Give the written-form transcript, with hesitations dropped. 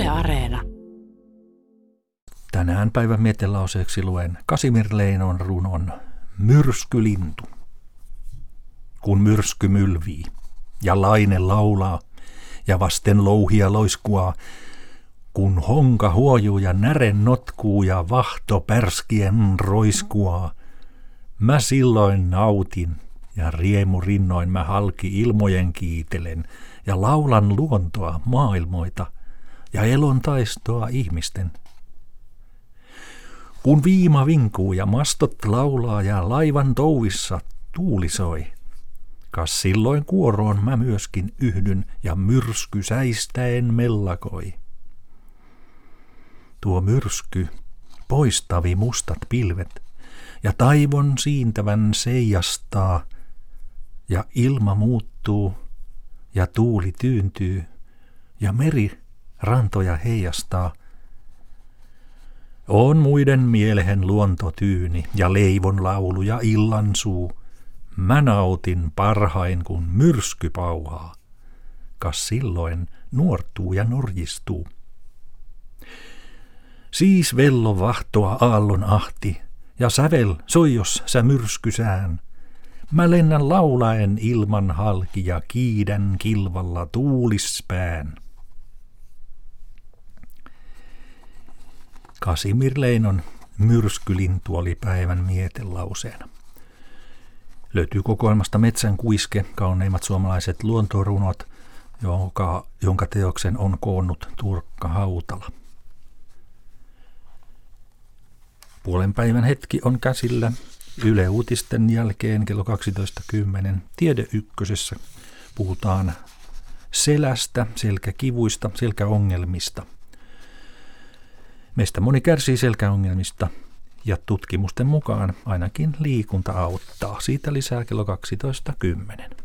Yle Areena. Tänään päivän mietelauseeksi luen Casimir Leinon runon Myrskylintu. Kun myrsky mylvii ja laine laulaa ja vasten louhia loiskuaa, kun honka huojuu ja nären notkuu ja vahto pärskien roiskuaa, mä silloin nautin ja riemu rinnoin mä halki ilmojen kiitelen ja laulan luontoa maailmoita ja elon taistoa ihmisten. Kun viima vinkuu ja mastot laulaa ja laivan touvissa tuuli soi, kas silloin kuoroon mä myöskin yhdyn ja myrsky säistäen mellakoi. Tuo myrsky poistavi mustat pilvet ja taivon siintävän seijastaa ja ilma muuttuu ja tuuli tyyntyy ja meri rantoja heijastaa. On muiden mielen luonto tyyni ja leivon laulu ja illan suu. Mä nautin parhain kun myrsky pauhaa, kas silloin nuortuu ja norjistuu. Siis vello vahtoa aallon ahti ja sävel soi jos sä myrskysään. Mä lennän laulaen ilman halki ja kiidän kilvalla tuulispään. Casimir Leinon Myrskylintu oli päivän mietelauseena. Löytyy kokoelmasta Metsän kuiske, kauneimmat suomalaiset luontorunot, jonka teoksen on koonnut Turkka Hautala. Puolen päivän hetki on käsillä. Yle Uutisten jälkeen kello 12.10 Tiede Ykkösessä puhutaan selästä, selkäkivuista, selkäongelmista. Meistä moni kärsii selkäongelmista ja tutkimusten mukaan ainakin liikunta auttaa. Siitä lisää kello 12.10.